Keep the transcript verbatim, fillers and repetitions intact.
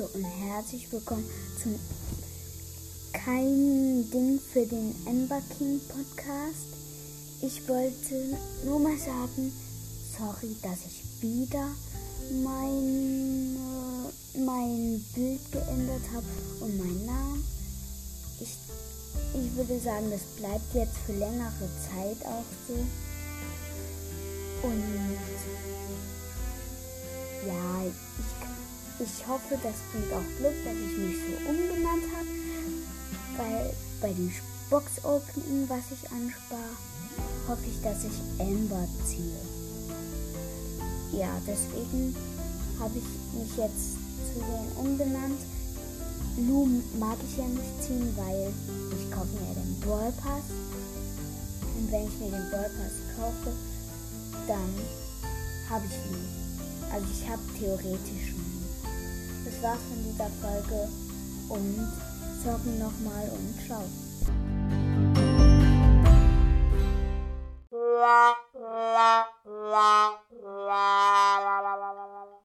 Hallo und herzlich willkommen zum Kein Ding für den Ember King Podcast. Ich wollte nur mal sagen, sorry, dass ich wieder mein, äh, mein Bild geändert habe und meinen Namen. Ich, ich würde sagen, das bleibt jetzt für längere Zeit auch so. Und ja, ich, ich hoffe, das bringt auch Glück, dass ich mich so umgenannt habe, weil bei dem Box-Opening, was ich anspare, hoffe ich, dass ich Ember ziehe. Ja, deswegen habe ich mich jetzt zu denen umgenannt. Lu mag ich ja nicht ziehen, weil ich kaufe mir den Brawl Pass. Und wenn ich mir den Brawl Pass kaufe, dann habe ich Lu. Also ich habe theoretisch Lu. Das war's von dieser Folge und sorgen nochmal und ciao.